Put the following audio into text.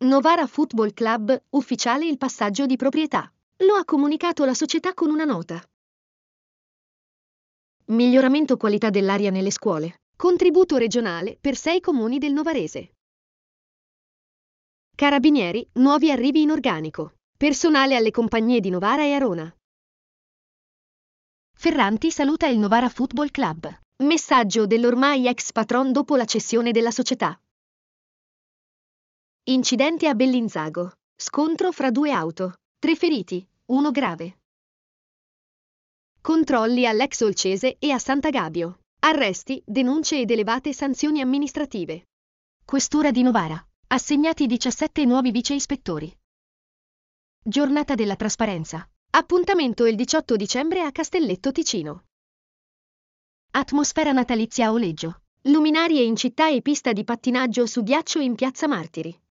Novara Football Club, ufficiale il passaggio di proprietà. Lo ha comunicato la società con una nota. Miglioramento qualità dell'aria nelle scuole. Contributo regionale per 6 comuni del Novarese. Carabinieri, nuovi arrivi in organico. Personale alle compagnie di Novara e Arona. Ferranti saluta il Novara Football Club. Messaggio dell'ormai ex patron dopo la cessione della società. Incidente a Bellinzago. Scontro fra 2 auto. 3 feriti, 1 grave. Controlli all'ex Olcese e a Sant'Agabio. Arresti, denunce ed elevate sanzioni amministrative. Questura di Novara. Assegnati 17 nuovi vice ispettori. Giornata della trasparenza. Appuntamento il 18 dicembre a Castelletto Ticino. Atmosfera natalizia a Oleggio. Luminarie in città e pista di pattinaggio su ghiaccio in Piazza Martiri.